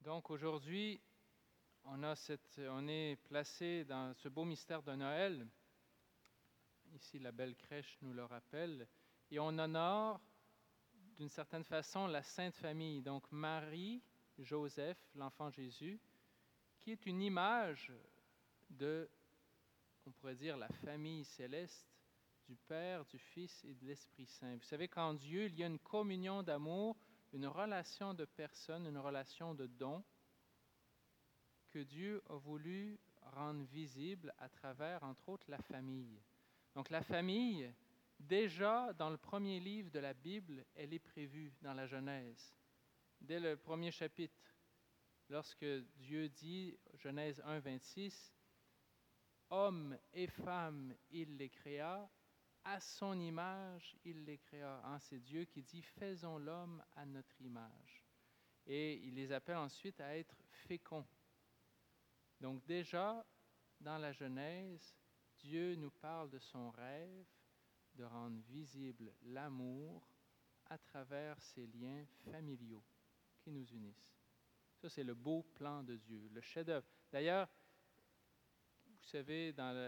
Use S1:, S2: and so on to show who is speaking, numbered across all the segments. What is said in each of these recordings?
S1: Donc aujourd'hui, on est placé dans ce beau mystère de Noël. Ici, la belle crèche nous le rappelle. Et on honore, d'une certaine façon, la Sainte Famille. Donc Marie, Joseph, l'enfant Jésus, qui est une image de, on pourrait dire, la famille céleste, du Père, du Fils et de l'Esprit Saint. Vous savez qu'en Dieu, il y a une communion d'amour, une relation de personnes, une relation de dons, que Dieu a voulu rendre visible à travers, entre autres, la famille. Donc la famille, déjà dans le premier livre de la Bible, elle est prévue dans la Genèse. Dès le premier chapitre, lorsque Dieu dit, Genèse 1, 26, « Hommes et femmes, il les créa, à son image, il les créa. » C'est Dieu qui dit, « Faisons l'homme à notre image. » Et il les appelle ensuite à être féconds. Donc déjà, dans la Genèse, Dieu nous parle de son rêve de rendre visible l'amour à travers ces liens familiaux qui nous unissent. Ça, c'est le beau plan de Dieu, le chef-d'œuvre. D'ailleurs, vous savez,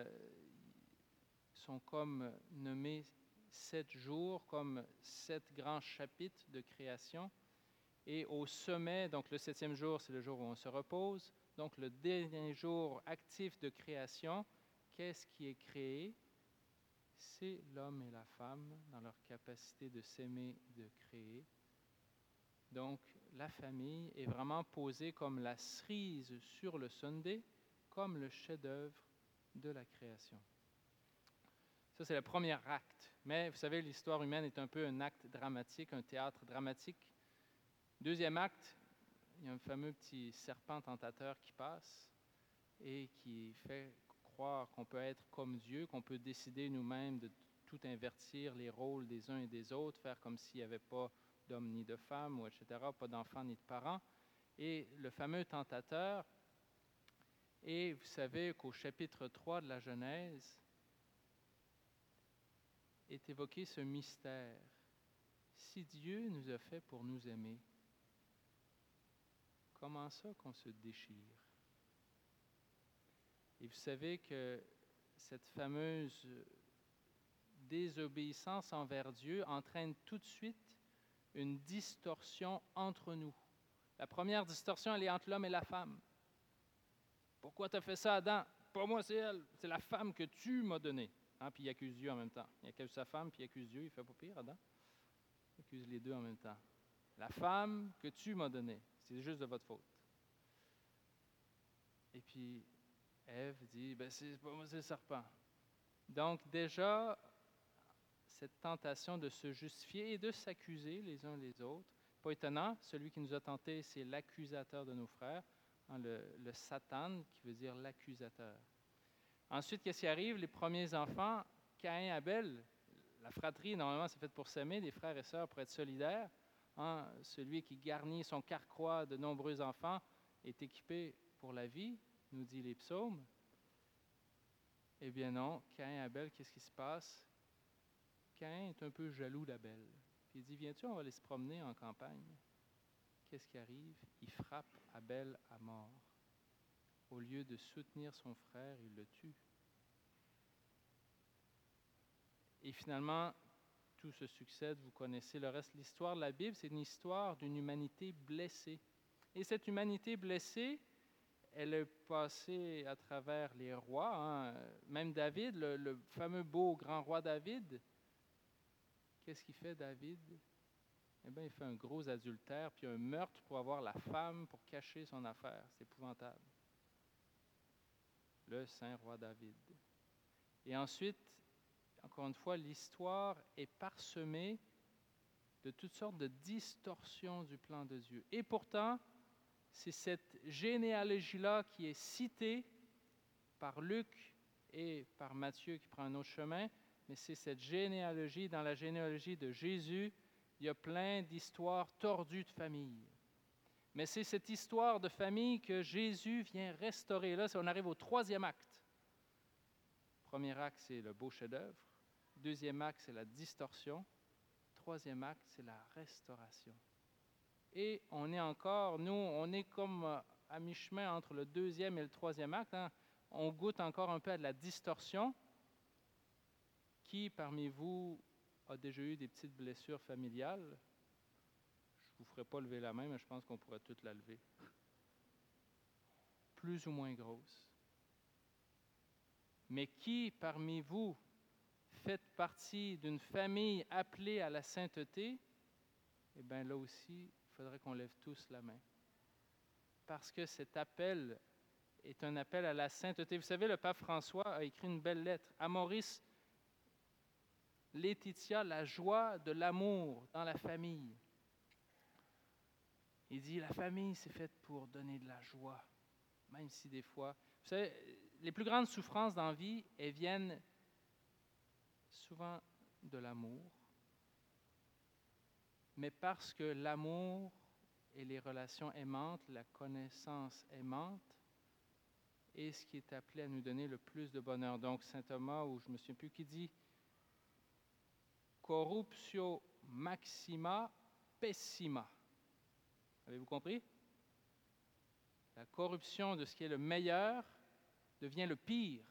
S1: sont comme nommés 7 jours, comme 7 grands chapitres de création. Et au sommet, donc le 7e jour, c'est le jour où on se repose. Donc le dernier jour actif de création, qu'est-ce qui est créé? C'est l'homme et la femme dans leur capacité de s'aimer et de créer. Donc la famille est vraiment posée comme la cerise sur le sundae, comme le chef-d'œuvre de la création. Ça, c'est le premier acte. Mais vous savez, l'histoire humaine est un peu un acte dramatique, un théâtre dramatique. Deuxième acte, il y a un fameux petit serpent tentateur qui passe et qui fait croire qu'on peut être comme Dieu, qu'on peut décider nous-mêmes de tout invertir les rôles des uns et des autres, faire comme s'il n'y avait pas d'homme ni de femme, ou etc., pas d'enfants ni de parents. Et le fameux tentateur, et vous savez qu'au chapitre 3 de la Genèse est évoqué ce mystère. Si Dieu nous a fait pour nous aimer, comment ça qu'on se déchire? Et vous savez que cette fameuse désobéissance envers Dieu entraîne tout de suite une distorsion entre nous. La première distorsion, elle est entre l'homme et la femme. Pourquoi tu as fait ça, Adam? Pas moi, c'est elle. C'est la femme que tu m'as donnée. Puis il accuse Dieu en même temps. Il accuse sa femme, puis il accuse Dieu. Il fait pas pire, Adam. Il accuse les deux en même temps. La femme que tu m'as donnée, c'est juste de votre faute. Et puis, Ève dit, c'est pas moi, c'est le serpent. Donc déjà, cette tentation de se justifier et de s'accuser les uns les autres. Pas étonnant, celui qui nous a tentés, c'est l'accusateur de nos frères, le Satan, qui veut dire l'accusateur. Ensuite, qu'est-ce qui arrive? Les premiers enfants, Caïn et Abel, la fratrie, normalement, c'est fait pour s'aimer, les frères et sœurs, pour être solidaires. Celui qui garnit son carquois de nombreux enfants est équipé pour la vie, nous dit les psaumes. Eh bien non, Caïn et Abel, qu'est-ce qui se passe? Caïn est un peu jaloux d'Abel. Puis il dit, viens-tu, on va aller se promener en campagne. Qu'est-ce qui arrive? Il frappe Abel à mort. Au lieu de soutenir son frère, il le tue. Et finalement, tout se succède, vous connaissez le reste. L'histoire de la Bible, c'est une histoire d'une humanité blessée. Et cette humanité blessée, elle est passée à travers les rois. Même David, le fameux beau grand roi David, qu'est-ce qu'il fait, David? Eh bien, il fait un gros adultère, puis un meurtre pour avoir la femme, pour cacher son affaire. C'est épouvantable. Le saint roi David. Et ensuite, encore une fois, l'histoire est parsemée de toutes sortes de distorsions du plan de Dieu. Et pourtant, c'est cette généalogie-là qui est citée par Luc et par Matthieu qui prend un autre chemin, mais c'est cette généalogie, dans la généalogie de Jésus, il y a plein d'histoires tordues de famille. Mais c'est cette histoire de famille que Jésus vient restaurer. Là, on arrive au 3e acte. Le premier acte, c'est le beau chef-d'œuvre. Deuxième acte, c'est la distorsion. Troisième acte, c'est la restauration. et on est encore, nous, on est comme à mi-chemin entre le deuxième et le troisième acte. Hein. On goûte encore un peu à de la distorsion. Qui parmi vous a déjà eu des petites blessures familiales? Je ne vous ferai pas lever la main, mais je pense qu'on pourrait toutes la lever. Plus ou moins grosses. Mais qui parmi vous fait partie d'une famille appelée à la sainteté? Eh bien là aussi, il faudrait qu'on lève tous la main. Parce que cet appel est un appel à la sainteté. Vous savez, le pape François a écrit une belle lettre. Amoris Laetitia, la joie de l'amour dans la famille. Il dit, la famille, c'est faite pour donner de la joie, même si des fois... Vous savez, les plus grandes souffrances dans la vie, elles viennent souvent de l'amour, mais parce que l'amour et les relations aimantes, la connaissance aimante, est ce qui est appelé à nous donner le plus de bonheur. Donc, saint Thomas, ou je ne me souviens plus qui dit, corruptio maxima pessima. Avez-vous compris? La corruption de ce qui est le meilleur devient le pire.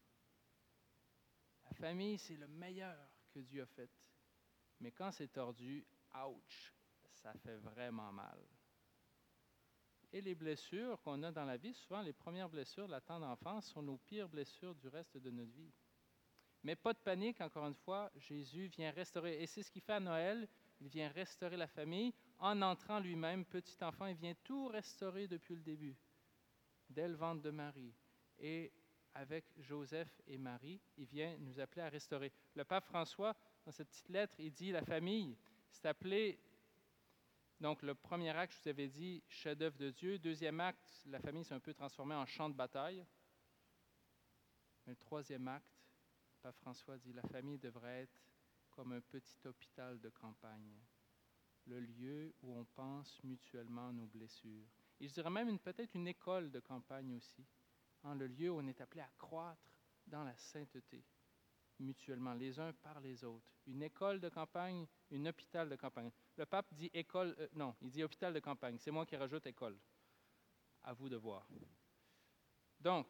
S1: La famille, c'est le meilleur que Dieu a fait. Mais quand c'est tordu, ouch, ça fait vraiment mal. Et les blessures qu'on a dans la vie, souvent les premières blessures de la tendre enfance sont nos pires blessures du reste de notre vie. Mais pas de panique, encore une fois, Jésus vient restaurer. Et c'est ce qu'il fait à Noël. Il vient restaurer la famille en entrant lui-même, petit enfant, il vient tout restaurer depuis le début, dès le ventre de Marie. Et avec Joseph et Marie, il vient nous appeler à restaurer. Le pape François, dans cette petite lettre, il dit, la famille, c'est appelé, donc le premier acte, je vous avais dit, chef-d'œuvre de Dieu. Deuxième acte, la famille s'est un peu transformée en champ de bataille. Mais le troisième acte, pape François dit, la famille devrait être comme un petit hôpital de campagne, le lieu où on pense mutuellement nos blessures. Et je dirais même peut-être une école de campagne aussi, hein, le lieu où on est appelé à croître dans la sainteté, mutuellement, les uns par les autres. Une école de campagne, un hôpital de campagne. Le pape dit école, non, il dit hôpital de campagne. C'est moi qui rajoute école. À vous de voir. Donc,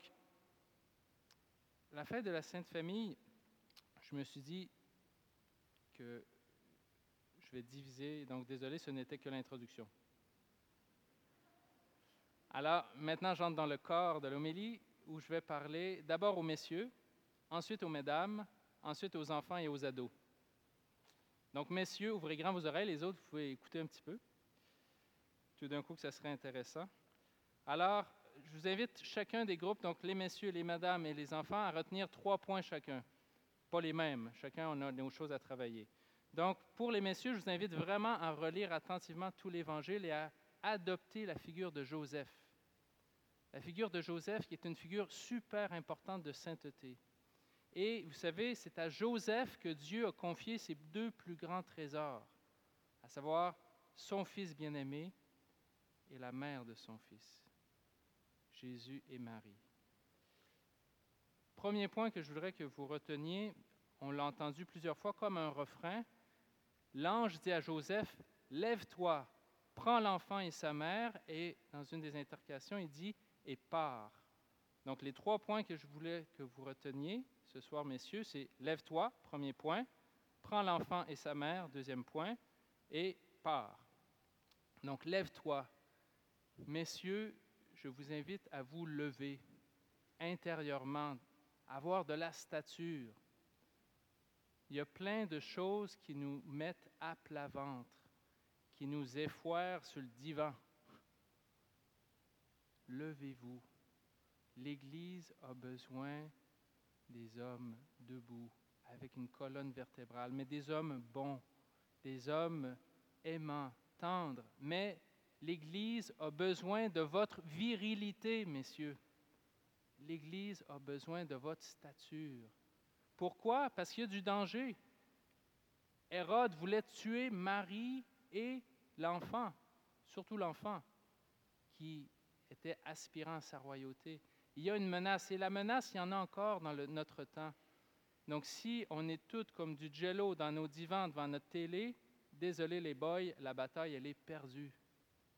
S1: la fête de la Sainte Famille, je me suis dit que je vais diviser, donc désolé, ce n'était que l'introduction. Alors, maintenant, j'entre dans le corps de l'homélie où je vais parler d'abord aux messieurs, ensuite aux mesdames, ensuite aux enfants et aux ados. Donc, messieurs, ouvrez grand vos oreilles, les autres, vous pouvez écouter un petit peu. Tout d'un coup, que ça serait intéressant. Alors, je vous invite chacun des groupes, donc les messieurs, les madames et les enfants, à retenir 3 points chacun. Pas les mêmes, chacun on a nos choses à travailler. Donc, pour les messieurs, je vous invite vraiment à relire attentivement tout l'Évangile et à adopter la figure de Joseph. La figure de Joseph qui est une figure super importante de sainteté. Et vous savez, c'est à Joseph que Dieu a confié ses 2 plus grands trésors, à savoir son fils bien-aimé et la mère de son fils, Jésus et Marie. Premier point que je voudrais que vous reteniez, on l'a entendu plusieurs fois comme un refrain. L'ange dit à Joseph, « Lève-toi, prends l'enfant et sa mère » et dans une des intercalations, il dit « et pars ». Donc les 3 points que je voulais que vous reteniez ce soir, messieurs, c'est « Lève-toi », premier point, « Prends l'enfant et sa mère », deuxième point, et « pars ». Donc lève-toi. Messieurs, je vous invite à vous lever intérieurement, avoir de la stature. Il y a plein de choses qui nous mettent à plat ventre, qui nous effoirent sur le divan. Levez-vous. L'Église a besoin des hommes debout, avec une colonne vertébrale, mais des hommes bons, des hommes aimants, tendres. Mais l'Église a besoin de votre virilité, messieurs. L'Église a besoin de votre stature. Pourquoi? Parce qu'il y a du danger. Hérode voulait tuer Marie et l'enfant, surtout l'enfant, qui était aspirant à sa royauté. Il y a une menace, et la menace, il y en a encore dans notre temps. Donc, si on est tous comme du jello dans nos divans devant notre télé, désolé les boys, la bataille, elle est perdue.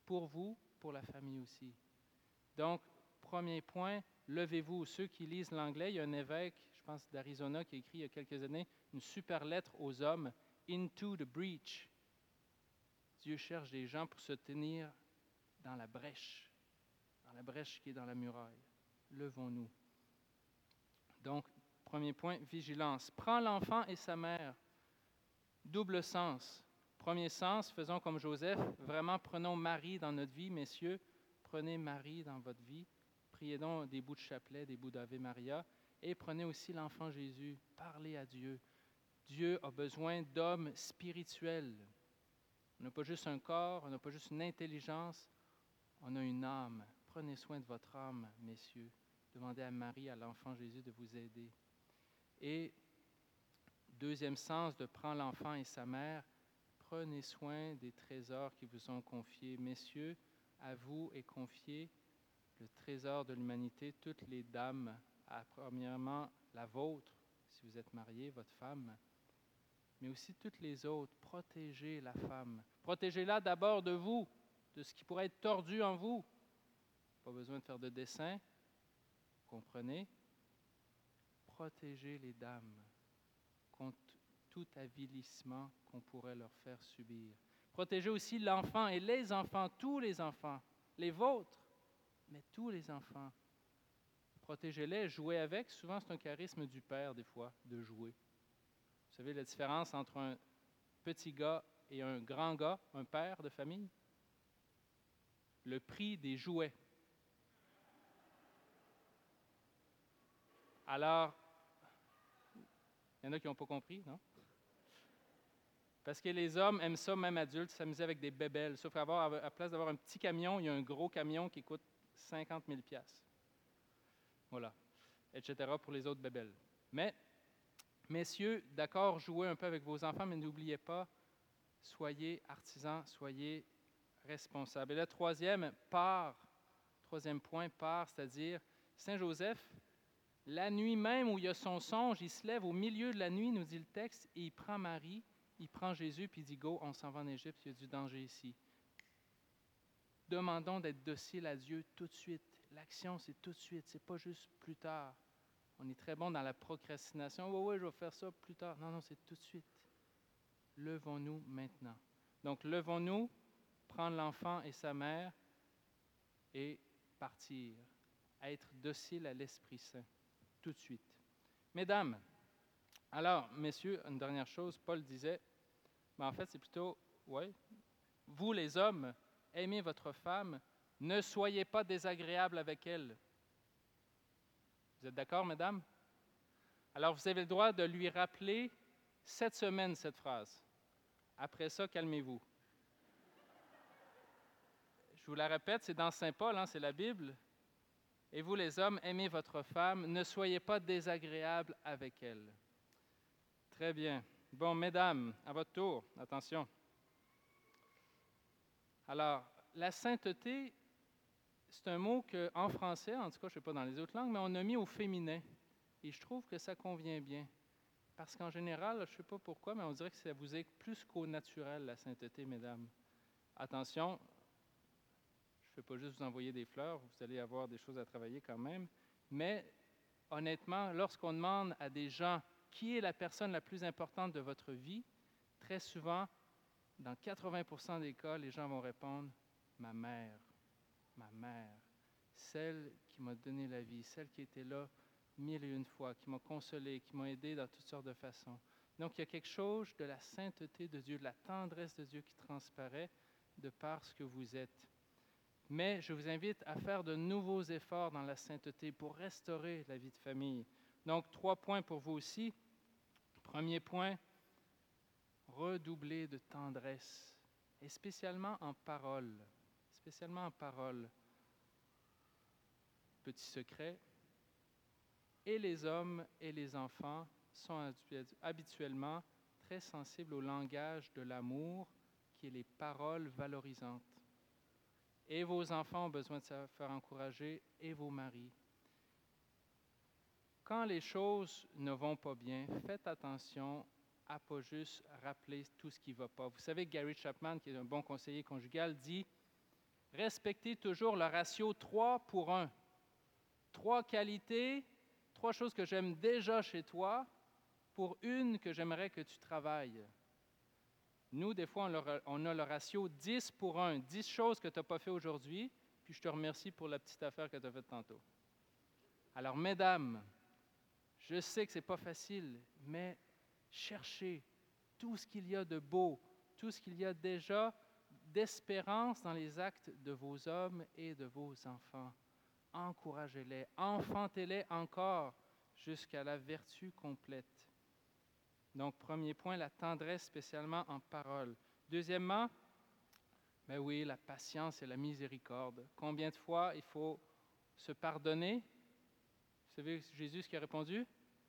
S1: pour vous, pour la famille aussi. Donc, premier point, levez-vous. Ceux qui lisent l'anglais, il y a un évêque, je pense d'Arizona, qui a écrit il y a quelques années une super lettre aux hommes, Into the breach. Dieu cherche des gens pour se tenir dans la brèche qui est dans la muraille. Levons-nous. Donc, premier point, vigilance. Prends l'enfant et sa mère. Double sens. Premier sens, faisons comme Joseph, vraiment prenons Marie dans notre vie, messieurs, prenez Marie dans votre vie, priez donc des bouts de chapelet, des bouts d'Ave Maria, et prenez aussi l'enfant Jésus, parlez à Dieu. Dieu a besoin d'hommes spirituels. On n'a pas juste un corps, on n'a pas juste une intelligence, on a une âme. Prenez soin de votre âme, messieurs. Demandez à Marie, à l'enfant Jésus, de vous aider. Et deuxième sens de prendre l'enfant et sa mère, prenez soin des trésors qui vous sont confiés. Messieurs, à vous est confié le trésor de l'humanité, toutes les dames, premièrement la vôtre, si vous êtes marié, votre femme, mais aussi toutes les autres. Protégez la femme. Protégez-la d'abord de vous, de ce qui pourrait être tordu en vous. Pas besoin de faire de dessin, comprenez? Protégez les dames contre tout avilissement qu'on pourrait leur faire subir. Protégez aussi l'enfant et les enfants, tous les vôtres, mais tous les enfants. Protégez-les, jouez avec. Souvent, c'est un charisme du père, des fois, de jouer. Vous savez la différence entre un petit gars et un grand gars, un père de famille? Le prix des jouets. Alors, il y en a qui n'ont pas compris, non? Parce que les hommes aiment ça, même adultes, s'amuser avec des bébelles. Sauf qu'à la place d'avoir un petit camion, il y a un gros camion qui coûte 50 000 $. Voilà, etc. pour les autres bébelles. Mais, messieurs, d'accord, jouez un peu avec vos enfants, mais n'oubliez pas, soyez artisans, soyez responsables. Et le troisième point, c'est-à-dire Saint Joseph, la nuit même où il y a son songe, il se lève au milieu de la nuit, nous dit le texte, et il prend Marie, il prend Jésus, puis il dit, go, on s'en va en Égypte, il y a du danger ici. Demandons d'être dociles à Dieu tout de suite. L'action, c'est tout de suite, c'est pas juste plus tard. On est très bon dans la procrastination. Oui, je vais faire ça plus tard. Non, c'est tout de suite. Levons-nous maintenant. Donc, levons-nous, prendre l'enfant et sa mère et partir. Être docile à l'Esprit Saint, tout de suite. Mesdames, alors, messieurs, une dernière chose, Paul disait, mais en fait, c'est plutôt, vous les hommes, aimez votre femme, ne soyez pas désagréables avec elle. Vous êtes d'accord, mesdames? Alors, vous avez le droit de lui rappeler cette semaine cette phrase. Après ça, calmez-vous. Je vous la répète, c'est dans Saint Paul, c'est la Bible. Et vous, les hommes, aimez votre femme, ne soyez pas désagréables avec elle. Très bien. Bon, mesdames, à votre tour, attention. Alors, la sainteté, c'est un mot qu'en français, en tout cas, je ne sais pas dans les autres langues, mais on a mis au féminin. Et je trouve que ça convient bien. Parce qu'en général, je ne sais pas pourquoi, mais on dirait que ça vous est plus qu'au naturel, la sainteté, mesdames. Attention, je ne vais pas juste vous envoyer des fleurs, vous allez avoir des choses à travailler quand même. Mais honnêtement, lorsqu'on demande à des gens qui est la personne la plus importante de votre vie, très souvent, dans 80% des cas, les gens vont répondre « ma mère, celle qui m'a donné la vie, celle qui était là 1001 fois, qui m'a consolé, qui m'a aidé dans toutes sortes de façons. » Donc, il y a quelque chose de la sainteté de Dieu, de la tendresse de Dieu qui transparaît de par ce que vous êtes. Mais je vous invite à faire de nouveaux efforts dans la sainteté pour restaurer la vie de famille. Donc, 3 points pour vous aussi. Premier point, redoubler de tendresse, et spécialement en parole. Spécialement en parole. Petit secret, et les hommes et les enfants sont habituellement très sensibles au langage de l'amour, qui est les paroles valorisantes. Et vos enfants ont besoin de se faire encourager, et vos maris. Quand les choses ne vont pas bien, faites attention à ne pas juste rappeler tout ce qui ne va pas. Vous savez, Gary Chapman, qui est un bon conseiller conjugal, dit Respectez toujours le ratio 3 pour 1. 3 qualités, 3 choses que j'aime déjà chez toi pour une que j'aimerais que tu travailles. Nous, des fois, on a le ratio 10 pour 1. 10 choses que tu n'as pas fait aujourd'hui, puis je te remercie pour la petite affaire que tu as faite tantôt. Alors, mesdames, je sais que ce n'est pas facile, mais cherchez tout ce qu'il y a de beau, tout ce qu'il y a déjà d'espérance dans les actes de vos hommes et de vos enfants. Encouragez-les, enfantez-les encore jusqu'à la vertu complète. Donc, premier point, la tendresse, spécialement en parole. Deuxièmement, ben oui, la patience et la miséricorde. Combien de fois il faut se pardonner? Vous savez Jésus ce qu'il a répondu?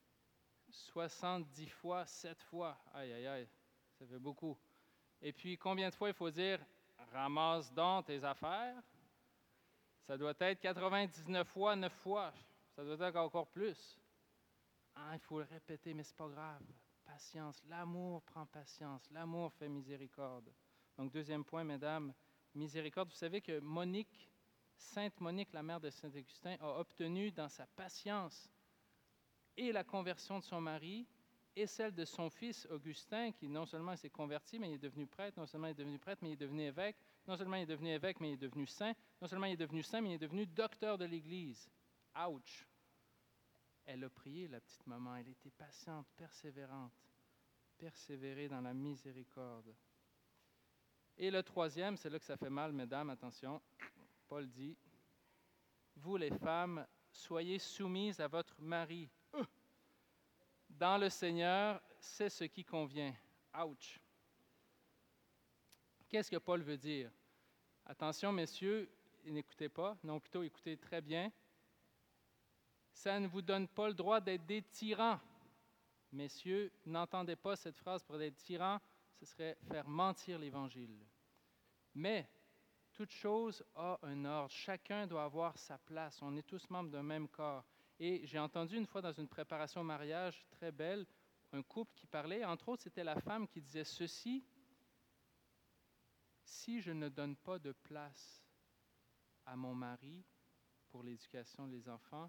S1: 70 fois, 7 fois. Aïe, aïe, aïe, ça fait beaucoup. Et puis, combien de fois il faut dire « ramasse donc tes affaires » ? Ça doit être 99 fois, 9 fois. Ça doit être encore plus. Ah, il faut le répéter, mais ce n'est pas grave. Patience. L'amour prend patience. L'amour fait miséricorde. Donc, deuxième point, mesdames, miséricorde. Vous savez que Monique, Sainte Monique, la mère de Saint-Augustin, a obtenu dans sa patience et la conversion de son mari et celle de son fils Augustin, qui non seulement s'est converti, mais il est devenu prêtre, non seulement il est devenu prêtre, mais il est devenu évêque, non seulement il est devenu évêque, mais il est devenu saint, non seulement il est devenu saint, mais il est devenu docteur de l'Église. Ouch! Elle a prié, la petite maman, elle était patiente, persévérante, persévérer dans la miséricorde. Et le troisième, c'est là que ça fait mal, mesdames, attention, Paul dit, « Vous les femmes, soyez soumises à votre mari. » Dans le Seigneur, c'est ce qui convient. Ouch! Qu'est-ce que Paul veut dire? Attention, messieurs, n'écoutez pas, non, plutôt écoutez très bien. Ça ne vous donne pas le droit d'être des tyrans. Messieurs, n'entendez pas cette phrase pour être tyran, ce serait faire mentir l'Évangile. Mais toute chose a un ordre. Chacun doit avoir sa place. On est tous membres d'un même corps. Et j'ai entendu une fois dans une préparation au mariage très belle, un couple qui parlait, entre autres, c'était la femme qui disait ceci: si je ne donne pas de place à mon mari pour l'éducation des enfants,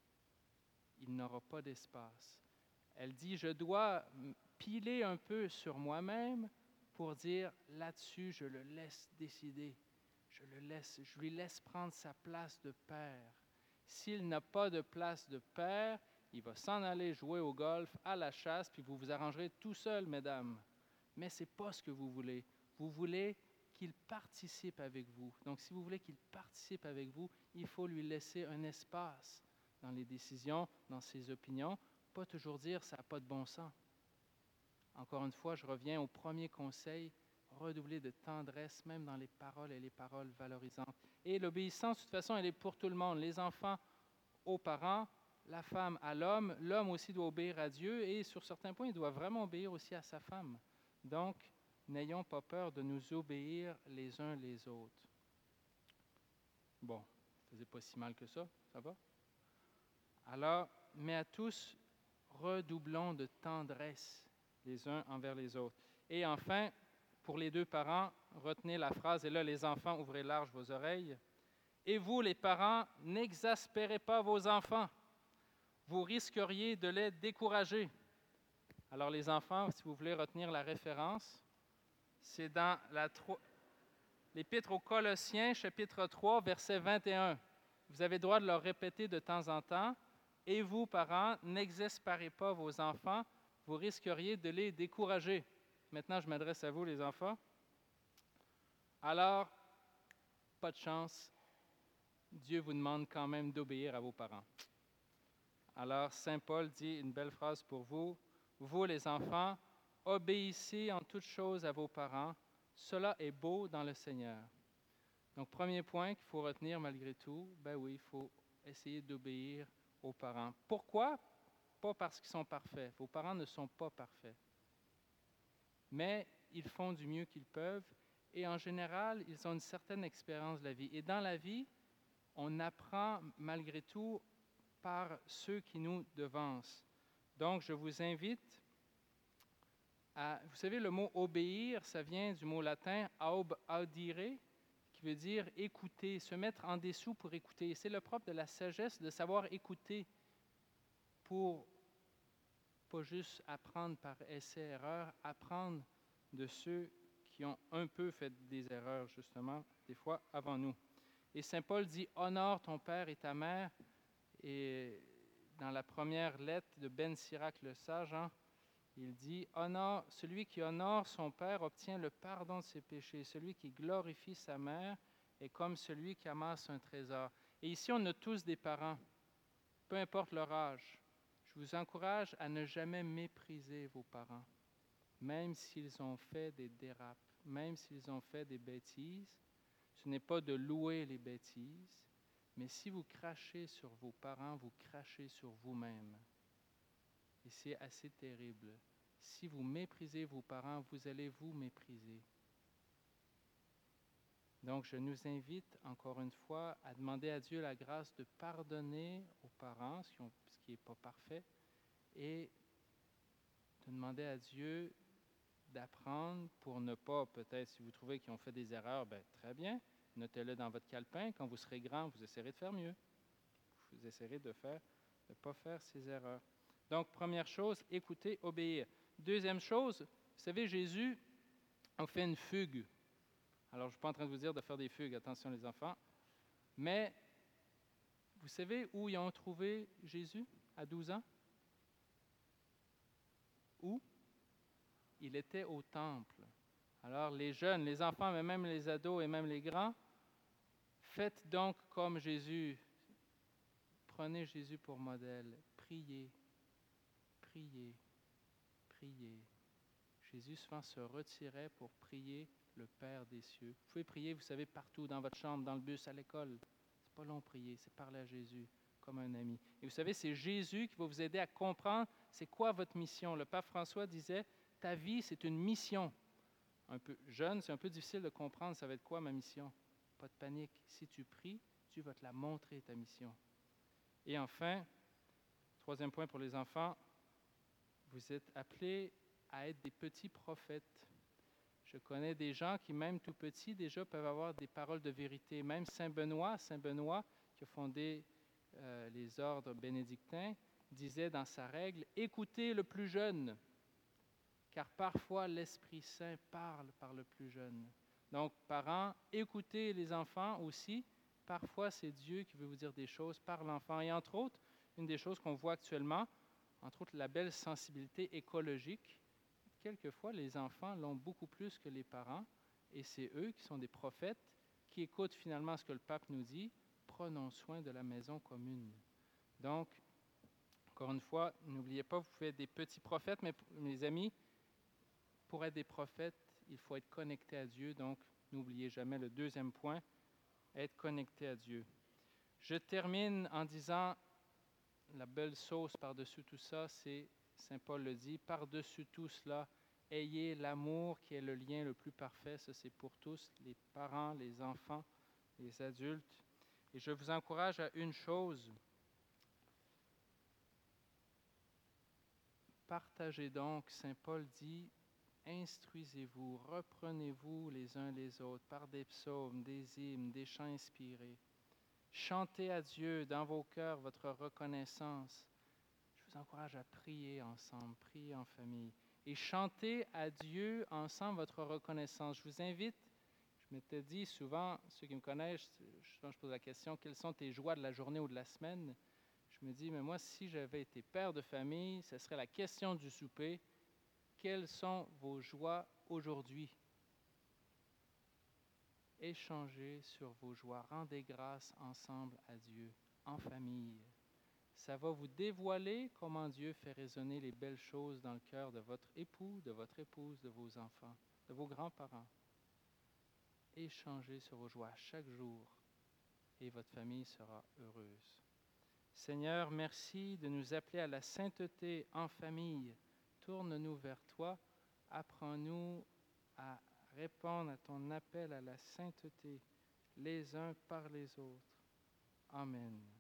S1: il n'aura pas d'espace. Elle dit, je dois piler un peu sur moi-même pour dire, là-dessus, je le laisse décider. Je lui laisse prendre sa place de père. S'il n'a pas de place de père, il va s'en aller jouer au golf, à la chasse, puis vous vous arrangerez tout seul, mesdames. Mais ce n'est pas ce que vous voulez. Vous voulez qu'il participe avec vous. Donc, si vous voulez qu'il participe avec vous, il faut lui laisser un espace dans les décisions, dans ses opinions. Pas toujours dire « ça n'a pas de bon sens ». Encore une fois, je reviens au premier conseil, redoubler de tendresse, même dans les paroles et les paroles valorisantes. Et l'obéissance, de toute façon, elle est pour tout le monde. Les enfants aux parents, la femme à l'homme. L'homme aussi doit obéir à Dieu et sur certains points, il doit vraiment obéir aussi à sa femme. Donc, n'ayons pas peur de nous obéir les uns les autres. Bon, ça ne faisait pas si mal que ça va? Alors, mais à tous, redoublons de tendresse les uns envers les autres. Et enfin, pour les deux parents, retenez la phrase, et là, les enfants, ouvrez large vos oreilles. Et vous, les parents, n'exaspérez pas vos enfants. Vous risqueriez de les décourager. Alors, les enfants, si vous voulez retenir la référence, c'est dans l'Épître aux Colossiens, chapitre 3, verset 21. Vous avez le droit de leur répéter de temps en temps. Et vous, parents, n'exaspérez pas vos enfants, vous risqueriez de les décourager. Maintenant, je m'adresse à vous, les enfants. Alors, pas de chance, Dieu vous demande quand même d'obéir à vos parents. Alors, Saint Paul dit une belle phrase pour vous. Vous, les enfants, obéissez en toutes choses à vos parents. Cela est beau dans le Seigneur. Donc, premier point qu'il faut retenir malgré tout, ben oui, il faut essayer d'obéir aux parents. Pourquoi? Pas parce qu'ils sont parfaits. Vos parents ne sont pas parfaits. Mais ils font du mieux qu'ils peuvent et en général, ils ont une certaine expérience de la vie. Et dans la vie, on apprend malgré tout par ceux qui nous devancent. Donc, je vous invite à... Vous savez, le mot « obéir », ça vient du mot latin « audire », qui veut dire écouter, se mettre en dessous pour écouter. Et c'est le propre de la sagesse de savoir écouter pour pas juste apprendre par essai-erreur, apprendre de ceux qui ont un peu fait des erreurs, justement, des fois avant nous. Et Saint Paul dit « Honore ton père et ta mère ». Et dans la première lettre de Ben Sirac le sage, il dit « Honore, celui qui honore son père obtient le pardon de ses péchés. Celui qui glorifie sa mère est comme celui qui amasse un trésor. » Et ici, on a tous des parents, peu importe leur âge. Je vous encourage à ne jamais mépriser vos parents, même s'ils ont fait des dérapes, même s'ils ont fait des bêtises. Ce n'est pas de louer les bêtises, mais si vous crachez sur vos parents, vous crachez sur vous-même. Et c'est assez terrible. Si vous méprisez vos parents, vous allez vous mépriser. Donc, je nous invite encore une fois à demander à Dieu la grâce de pardonner aux parents, ce qui n'est pas parfait, et de demander à Dieu d'apprendre pour ne pas, peut-être, si vous trouvez qu'ils ont fait des erreurs, bien, très bien, notez-le dans votre calepin. Quand vous serez grand, vous essaierez de faire mieux. Vous essaierez de ne pas faire ces erreurs. Donc, première chose, écouter, obéir. Deuxième chose, vous savez, Jésus a fait une fugue. Alors, je ne suis pas en train de vous dire de faire des fugues, attention les enfants. Mais, vous savez où ils ont trouvé Jésus à 12 ans? Où? Il était au temple. Alors, les jeunes, les enfants, mais même les ados et même les grands, faites donc comme Jésus. Prenez Jésus pour modèle. Priez, priez, priez. Jésus souvent se retirait pour prier le Père des cieux. Vous pouvez prier, vous savez, partout, dans votre chambre, dans le bus, à l'école. C'est pas long prier, c'est parler à Jésus comme un ami. Et vous savez, c'est Jésus qui va vous aider à comprendre c'est quoi votre mission. Le pape François disait, ta vie, c'est une mission. Un peu jeune, c'est un peu difficile de comprendre ça va être quoi ma mission. Pas de panique. Si tu pries, Dieu va te la montrer, ta mission. Et enfin, troisième point pour les enfants, vous êtes appelés à être des petits prophètes. Je connais des gens qui, même tout petits, déjà peuvent avoir des paroles de vérité. Même Saint Benoît qui a fondé les ordres bénédictins, disait dans sa règle, « Écoutez le plus jeune, car parfois l'Esprit Saint parle par le plus jeune. » Donc, parents, écoutez les enfants aussi. Parfois, c'est Dieu qui veut vous dire des choses par l'enfant. Et entre autres, une des choses qu'on voit actuellement, entre autres la belle sensibilité écologique, quelquefois, les enfants l'ont beaucoup plus que les parents, et c'est eux qui sont des prophètes, qui écoutent finalement ce que le pape nous dit, prenons soin de la maison commune. Donc, encore une fois, n'oubliez pas, vous pouvez être des petits prophètes, mais mes amis, pour être des prophètes, il faut être connecté à Dieu, donc n'oubliez jamais le deuxième point, être connecté à Dieu. Je termine en disant, la belle sauce par-dessus tout ça, c'est Saint Paul le dit, par-dessus tout cela, ayez l'amour qui est le lien le plus parfait. Ça, c'est pour tous, les parents, les enfants, les adultes. Et je vous encourage à une chose. Partagez donc, Saint Paul dit, instruisez-vous, reprenez-vous les uns les autres par des psaumes, des hymnes, des chants inspirés. Chantez à Dieu dans vos cœurs votre reconnaissance. Je vous encourage à prier ensemble, prier en famille. Et chantez à Dieu ensemble votre reconnaissance. Je vous invite, je m'étais dit souvent, ceux qui me connaissent, je pose la question, quelles sont tes joies de la journée ou de la semaine? Je me dis, mais moi, si j'avais été père de famille, ce serait la question du souper. Quelles sont vos joies aujourd'hui? Échangez sur vos joies, rendez grâce ensemble à Dieu, en famille. Ça va vous dévoiler comment Dieu fait résonner les belles choses dans le cœur de votre époux, de votre épouse, de vos enfants, de vos grands-parents. Échangez sur vos joies chaque jour et votre famille sera heureuse. Seigneur, merci de nous appeler à la sainteté en famille. Tourne-nous vers toi. Apprends-nous à répondre à ton appel à la sainteté les uns par les autres. Amen.